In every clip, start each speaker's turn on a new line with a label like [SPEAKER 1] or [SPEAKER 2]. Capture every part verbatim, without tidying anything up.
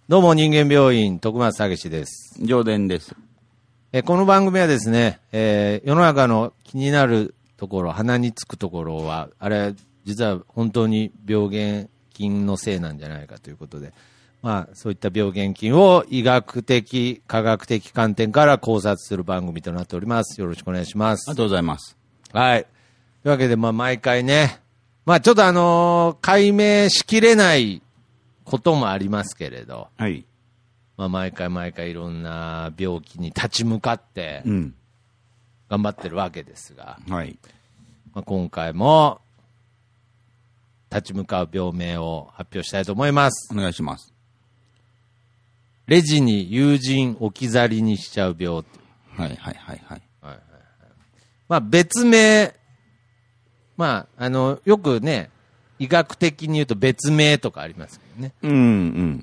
[SPEAKER 1] どうも人間病院徳松武です。
[SPEAKER 2] 上田です。
[SPEAKER 1] えこの番組はですね、えー、世の中の気になるところ、鼻につくところはあれ実は本当に病原菌のせいなんじゃないかということで、まあそういった病原菌を医学的科学的観点から考察する番組となっております。よろしくお願いします。
[SPEAKER 2] ありがとうございます。
[SPEAKER 1] はい。というわけでまあ毎回ね、まあちょっとあのー、解明しきれないこともありますけれど、
[SPEAKER 2] はい。
[SPEAKER 1] まあ、毎回毎回いろんな病気に立ち向かって頑張ってるわけですが、
[SPEAKER 2] うん、はい。
[SPEAKER 1] まあ、今回も立ち向かう病名を発表したいと思います。
[SPEAKER 2] お願いします。
[SPEAKER 1] レジに友人置き去りにしちゃう病。はい
[SPEAKER 2] はいはいはい。はいはいはい、
[SPEAKER 1] まあ別名、まああのよくね医学的に言うと別名とかありますけどね。
[SPEAKER 2] うんうん。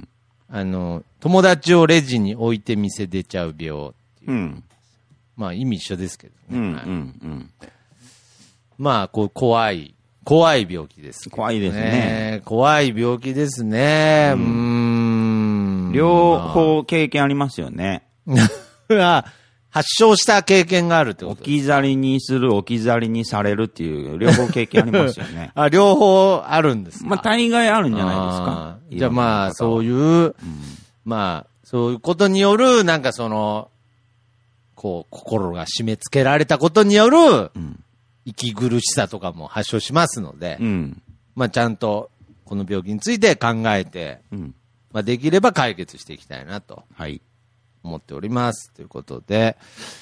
[SPEAKER 1] あの友達をレジに置いて店出ちゃう病っていう、うん、まあ意味一緒ですけどね。
[SPEAKER 2] うんうんうん、
[SPEAKER 1] まあこう怖い怖い病気です、ね。
[SPEAKER 2] 怖いですね。
[SPEAKER 1] 怖い病気ですね。うん。うーん
[SPEAKER 2] 両方経験ありますよね。
[SPEAKER 1] 発症した経験があるってことですか。
[SPEAKER 2] 置き去りにする、置き去りにされるっていう両方経験ありますよね。
[SPEAKER 1] あ、両方あるんですか。
[SPEAKER 2] まあ大概あるんじゃないですか。
[SPEAKER 1] じゃあまあそういう、うん、まあそういうことによるなんかそのこう心が締め付けられたことによる、うん、息苦しさとかも発症しますので、うん、まあちゃんとこの病気について考えて、うん、まあできれば解決していきたいなと。はい。思っておりますということで、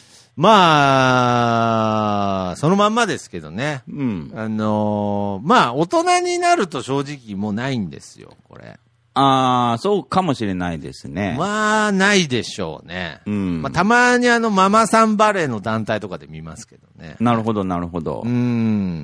[SPEAKER 1] まあそのまんまですけどね、うん、あのー、まあ大人になると正直もうないんですよこれ。
[SPEAKER 2] ああ、そうかもしれないですね。
[SPEAKER 1] まあないでしょうね、うん、まあ、たまにあのママさんバレーの団体とかで見ますけどね。
[SPEAKER 2] なるほどなるほど。
[SPEAKER 1] うん、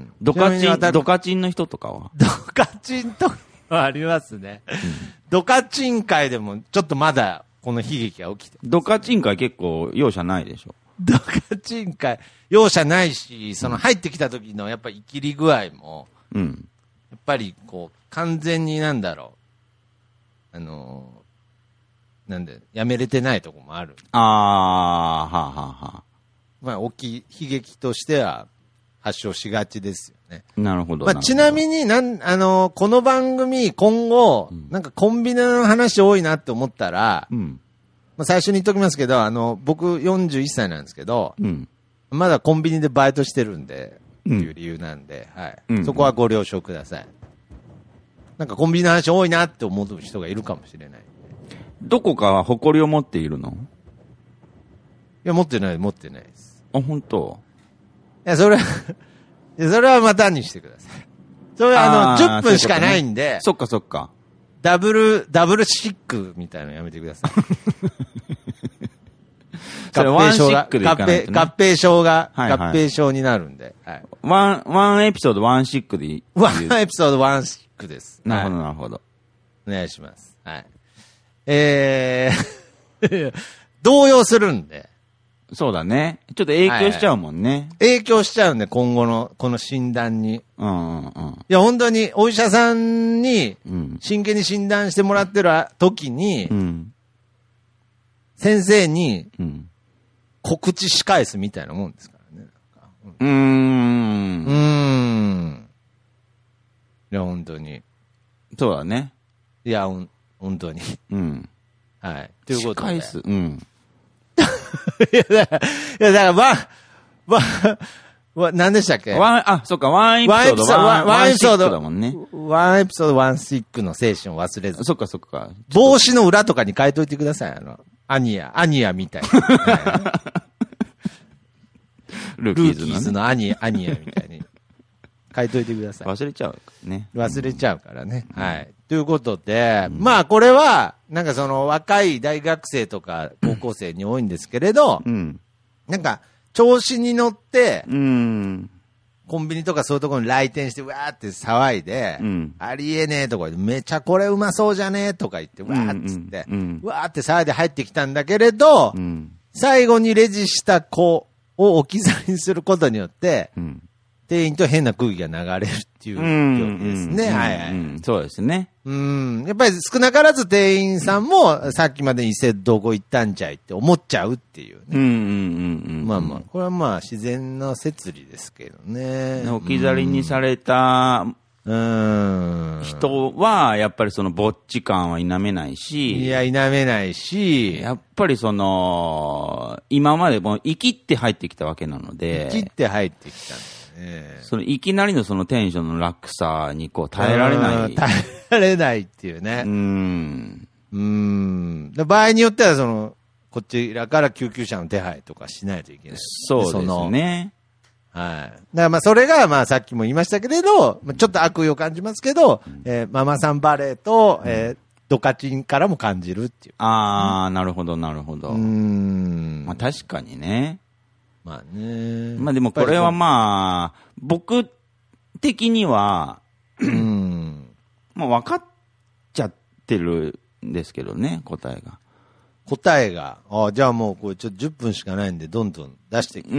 [SPEAKER 2] ドカチンドカチンの人とかは
[SPEAKER 1] ドカチンとかはありますね、うん、ドカチン界でもちょっとまだこの悲劇が起きて
[SPEAKER 2] ドカチン会結構容赦ないでしょ。
[SPEAKER 1] ドカチン会容赦ないし、その入ってきた時のやっぱり生きり具合も、うん、やっぱりこう完全になんだろう、あのー、なんでやめれてないとこもある。
[SPEAKER 2] ああ、はあはあはあ。
[SPEAKER 1] まあ大きい悲劇としては発症しがちですよね。
[SPEAKER 2] なるほど。
[SPEAKER 1] まあ、ちなみになん、あのー、この番組今後、うん、なんかコンビニの話多いなって思ったら、うんまあ、最初に言っときますけど、あの、僕よんじゅういっさいなんですけど、うん、まだコンビニでバイトしてるんで、っていう理由なんで、はい、うん、そこはご了承ください。なんかコンビニの話多いなって思う人がいるかもしれない。
[SPEAKER 2] どこかは誇りを持っているの？い
[SPEAKER 1] や、持ってない、持ってないです。
[SPEAKER 2] あ、本当？
[SPEAKER 1] いや、それは、いや、それはまたにしてください。それはあの、じゅっぷんしかないんで、
[SPEAKER 2] そっかそっか。
[SPEAKER 1] ダブル、ダブルシックみたいなのやめてください。合併症が、ね、合併、合併症が、はいはい、合併症になるんで。はい、
[SPEAKER 2] ワン、ワンエピソードワンシックでいい？
[SPEAKER 1] ワンエピソードワンシックです。
[SPEAKER 2] なるほど、なるほど。
[SPEAKER 1] お願いします。はい。えー、動揺するんで。
[SPEAKER 2] そうだね。ちょっと影響しちゃうもんね。はいはい、
[SPEAKER 1] 影響しちゃうんで、今後の、この診断に。
[SPEAKER 2] うんうんうん。い
[SPEAKER 1] や、本当に、お医者さんに、真剣に診断してもらってる時に、うん、先生に、告知し返すみたいなもんですからね。
[SPEAKER 2] うーん。
[SPEAKER 1] うーん。いや、本当に。
[SPEAKER 2] そうだね。
[SPEAKER 1] いや、ほん、本当に。
[SPEAKER 2] うん。
[SPEAKER 1] はい。ということで。
[SPEAKER 2] し返す。うん。
[SPEAKER 1] いや、だから、いや、だから、ワン、ワン、ワン、何でしたっけ？
[SPEAKER 2] ワン、あ、そっか、ワンエピソード、ワン、ワンエピソードだもんね。
[SPEAKER 1] ワンエピソード、ワンシックの精神を忘れず。
[SPEAKER 2] そっか、そっか。
[SPEAKER 1] 帽子の裏とかに書いといてください。あの、アニヤ、アニヤみたいな。
[SPEAKER 2] ルーキーズの、ね、
[SPEAKER 1] ルーキーズのアニヤ、アニヤみたいに。書いといてください。
[SPEAKER 2] 忘れちゃうね。
[SPEAKER 1] 忘れちゃうからね。うん、はい。ということで、うん、まあこれは、なんかその若い大学生とか高校生に多いんですけれど、うん、なんか調子に乗って、うん、コンビニとかそういうところに来店してわーって騒いで、うん、ありえねえとかめちゃこれうまそうじゃねえとか言ってわーっつって、うんうんうん、わーって騒いで入ってきたんだけれど、うん、最後にレジした子を置き去りにすることによって、うん店員と変な空気が流れるっていう病気ですね。はいはい。
[SPEAKER 2] そうですね。
[SPEAKER 1] うん。やっぱり少なからず店員さんもさっきまでにせどこ行ったんじゃいって思っちゃうっていうね。
[SPEAKER 2] うんうんうんうん。
[SPEAKER 1] まあまあ、これはまあ自然な摂理ですけどね。
[SPEAKER 2] 置き去りにされた
[SPEAKER 1] うん
[SPEAKER 2] 人は、やっぱりそのぼっち感は否めないし。
[SPEAKER 1] いや、否めないし。
[SPEAKER 2] やっぱりその、今までもう生きって入ってきたわけなので。
[SPEAKER 1] 生きって入ってきたんですね。
[SPEAKER 2] そのいきなりのそのテンションの落差にこう耐えられない。
[SPEAKER 1] 耐えられないっていうね。
[SPEAKER 2] うん。
[SPEAKER 1] うん。場合によってはその、こちらから救急車の手配とかしないといけない、ね。
[SPEAKER 2] そうですね。
[SPEAKER 1] はい。だからまあそれがまあさっきも言いましたけれど、ちょっと悪意を感じますけど、うん、えー、ママさんバレーと、うん、えー、ドカチンからも感じるっていう。
[SPEAKER 2] ああ、なるほどなるほど。
[SPEAKER 1] うん。
[SPEAKER 2] まあ確かにね。
[SPEAKER 1] まあね。
[SPEAKER 2] まあでもこれはまあ、僕的には、
[SPEAKER 1] うん。
[SPEAKER 2] まあ分かっちゃってるんですけどね、答えが。
[SPEAKER 1] 答えが。ああ、じゃあもうこれちょっとじゅっぷんしかないんで、どんどん出していく。
[SPEAKER 2] うん、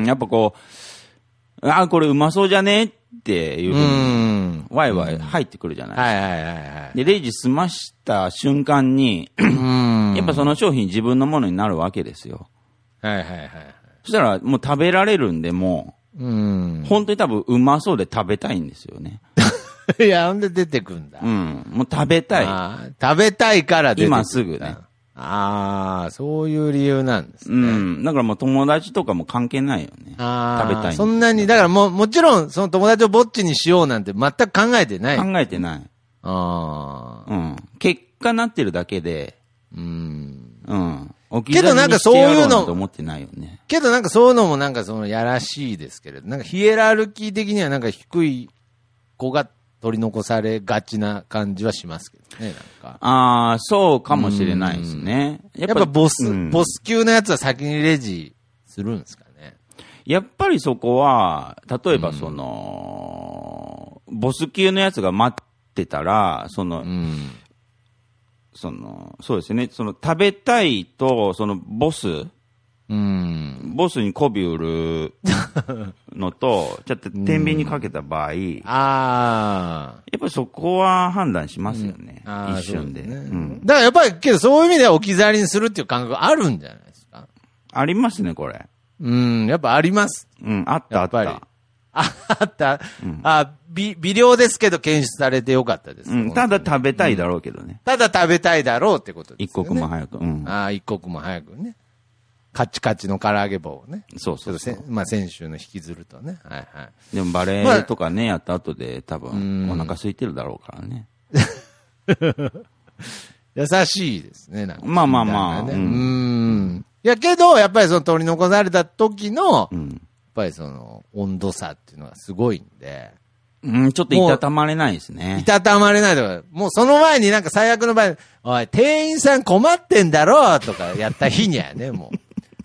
[SPEAKER 2] やっぱこう、ああ、これうまそうじゃねっていうふうに、ワイワイ入ってくるじゃないですか。
[SPEAKER 1] はいはいはいはい。
[SPEAKER 2] で、レジ済ました瞬間に、やっぱその商品自分のものになるわけですよ。
[SPEAKER 1] はいはいはい。
[SPEAKER 2] そしたらもう食べられるんで、も
[SPEAKER 1] う、うん
[SPEAKER 2] 本当に多分うまそうで食べたいんですよね。
[SPEAKER 1] いや、ほんで出てくんだ。
[SPEAKER 2] うん。もう食べたい。
[SPEAKER 1] 食べたいから出てくる。
[SPEAKER 2] 今すぐね。
[SPEAKER 1] ああ、そういう理由なんですね。
[SPEAKER 2] うん。だからもう友達とかも関係ないよね。
[SPEAKER 1] ああ。
[SPEAKER 2] 食べたい。
[SPEAKER 1] そんなに、だからもう、もちろんその友達をぼっちにしようなんて全く考えてない。
[SPEAKER 2] 考えてない。
[SPEAKER 1] ああ。
[SPEAKER 2] うん。結果なってるだけで。
[SPEAKER 1] うん。
[SPEAKER 2] うん。
[SPEAKER 1] けどなんかそういうの、
[SPEAKER 2] 思ってないよね。
[SPEAKER 1] けどなんかそういうのもなんかそのやらしいですけれど、なんかヒエラルキー的にはなんか低い子が取り残されがちな感じはしますけどね、なんか。
[SPEAKER 2] ああ、そうかもしれないですね。
[SPEAKER 1] やっぱボス、うん、ボス級のやつは先にレジするんですかね。
[SPEAKER 2] やっぱりそこは、例えばその、うん、ボス級のやつが待ってたら、その、うんその、そうですね。その、食べたいと、その、ボス、
[SPEAKER 1] うん、
[SPEAKER 2] ボスに媚び売るのと、ちょっと天秤にかけた場合、うん、
[SPEAKER 1] あ
[SPEAKER 2] やっぱりそこは判断しますよね。
[SPEAKER 1] うん、
[SPEAKER 2] 一瞬で。
[SPEAKER 1] ねうん、だからやっぱり、けどそういう意味では置き去りにするっていう感覚あるんじゃないですか。
[SPEAKER 2] ありますね、これ。
[SPEAKER 1] うん、やっぱあります。
[SPEAKER 2] うん、あったあった。
[SPEAKER 1] あった、うん、あ微、微量ですけど検出されてよかったです、
[SPEAKER 2] うん。ただ食べたいだろうけどね。
[SPEAKER 1] うん、ただ食べたいだろうってことですね。
[SPEAKER 2] 一刻も早く。うん、
[SPEAKER 1] ああ、一刻も早くね。カチカチの唐揚げ棒をね。
[SPEAKER 2] そうそうそう。
[SPEAKER 1] まあ、先週の引きずるとね。はいはい。
[SPEAKER 2] でもバレーとかね、まあ、やった後で多分お腹空いてるだろうからね。
[SPEAKER 1] 優しいですね、なんか、ね。
[SPEAKER 2] まあまあまあ。
[SPEAKER 1] うん。うんいやけど、やっぱりその取り残された時の、うんやっぱりその温度差っていうのがすごいんで。
[SPEAKER 2] うん、ちょっといたたまれないですね。
[SPEAKER 1] いたたまれないとか、もうその前になんか最悪の場合、おい、店員さん困ってんだろとかやった日にはね、もう。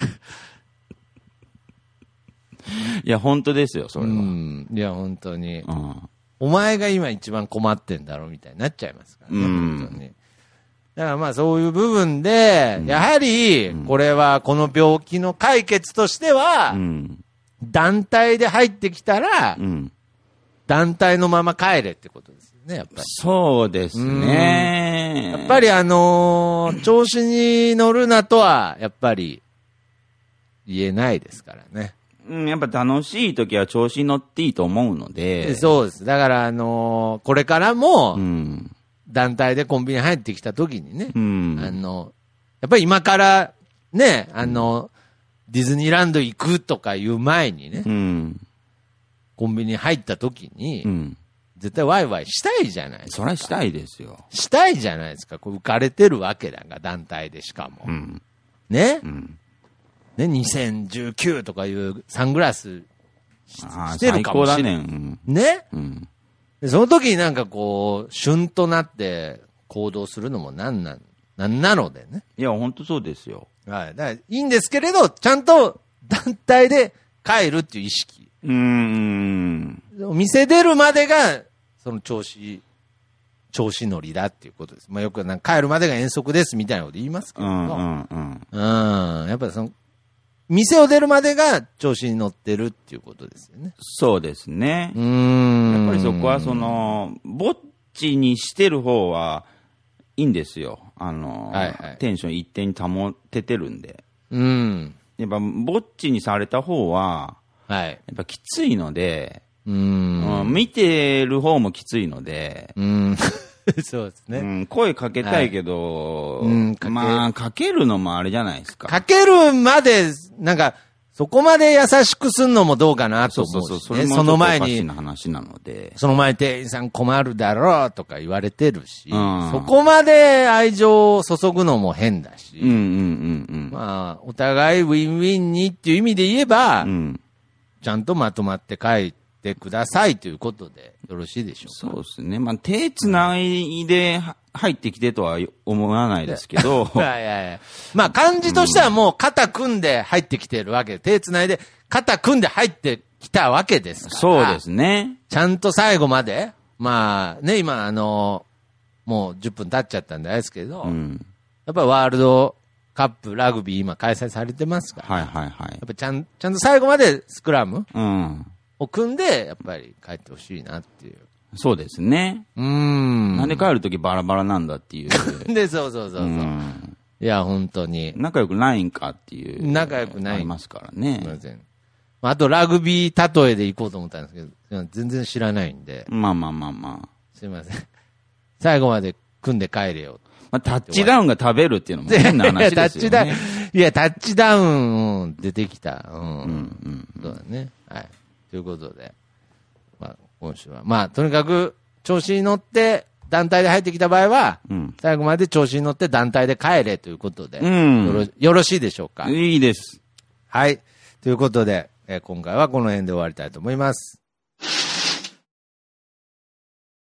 [SPEAKER 2] いや、本当ですよ、それは。う
[SPEAKER 1] ん。いや、本当に。うん、お前が今一番困ってんだろみたいになっちゃいますからね、うん、本当に。だからまあそういう部分で、うん、やはり、これはこの病気の解決としては、うん団体で入ってきたら、うん、団体のまま帰れってことですよね、やっぱり。
[SPEAKER 2] そうですね。
[SPEAKER 1] やっぱりあのー、調子に乗るなとは、やっぱり、言えないですからね。
[SPEAKER 2] うん、やっぱ楽しい時は調子に乗っていいと思うので。
[SPEAKER 1] そうです。だからあのー、これからも、団体でコンビニ入ってきた時にね、うん、あの、やっぱり今から、ね、あの、うんディズニーランド行くとかいう前にね、うん、コンビニ入った時に、うん、絶対ワイワイしたいじゃないですか。
[SPEAKER 2] そりゃしたいですよ。
[SPEAKER 1] したいじゃないですか。こう浮かれてるわけだが、団体でしかも。うん、ね、うん、ね、にせんじゅうきゅうとかいうサングラスし, してるかもしれない。ね、うんねうん、で。その時になんかこう、旬となって行動するのもなんなん、なんなのでね。
[SPEAKER 2] いや、本当そうですよ。
[SPEAKER 1] はい。だからいいんですけれど、ちゃんと団体で帰るっていう意識。
[SPEAKER 2] うーん。
[SPEAKER 1] 店出るまでが、その調子、調子乗りだっていうことです。まあよくなんか帰るまでが遠足ですみたいなこと言いますけど。うんうんうん。うん。やっぱりその、 店を出るまでが調子に乗ってるっていうことですよね。
[SPEAKER 2] そうですね。
[SPEAKER 1] うーん。
[SPEAKER 2] やっぱりそこはその、ぼっちにしてる方はいいんですよ。あの、はいはい、テンション一定に保ててるんで。
[SPEAKER 1] うん。
[SPEAKER 2] やっぱ、ぼっちにされた方は、はい。やっぱきついので、うん、うん、見てる方もきついので、
[SPEAKER 1] うん。そうですね、
[SPEAKER 2] うん。声かけたいけど、はい、うん、まあ、かけるのもあれじゃないですか。
[SPEAKER 1] かけるまで、なんか、そこまで優しくすんのもどうかなと思うし、ね。そうそうそう。それもちょっとおかしいな話なので。
[SPEAKER 2] そ
[SPEAKER 1] の前に店員さん困るだろうとか言われてるし、うん、そこまで愛情を注ぐのも変だし、うんうんうんうん、まあ、お互いウィンウィンにっていう意味で言えば、うん、ちゃんとまとまって帰ってくださいということでよろしいでしょうか。
[SPEAKER 2] そうですね。まあ、手つないで入ってきてとは思わないですけど。
[SPEAKER 1] いやいやいや。まあ、感じとしてはもう肩組んで入ってきてるわけで、手つないで肩組んで入ってきたわけですから。
[SPEAKER 2] そうですね。
[SPEAKER 1] ちゃんと最後まで、まあね、今あの、もうじゅっぷん経っちゃったんであれですけど、うん、やっぱりワールドカップラグビー今開催されてますから、
[SPEAKER 2] はいはいはい。
[SPEAKER 1] やっぱちゃん、ちゃんと最後までスクラムを組んで、やっぱり帰ってほしいなっていう。
[SPEAKER 2] そうですね。うん。なんで帰るときバラバラなんだっていう。
[SPEAKER 1] で、そうそうそうそう。うん、いや、本当に。
[SPEAKER 2] 仲良くないんかっていう。
[SPEAKER 1] 仲良くない。
[SPEAKER 2] ありますからね。すみません。
[SPEAKER 1] あと、ラグビー例えで行こうと思ったんですけど、全然知らないんで。
[SPEAKER 2] まあまあまあまあ。
[SPEAKER 1] すいません。最後まで組んで帰れよ。
[SPEAKER 2] まあ、タッチダウンが食べるっていうのも変な話ですよね。タッチダウン。
[SPEAKER 1] いや、タッチダウン、うん、出てきた。うん。うんうん、そうだね。はい。ということで。まあ、今週は。まあ、とにかく、調子に乗って、団体で入ってきた場合は、うん、最後まで調子に乗って団体で帰れということで、うん、よろ、よろしいでしょうか。
[SPEAKER 2] いいです。
[SPEAKER 1] はい。ということで、えー、今回はこの辺で終わりたいと思います。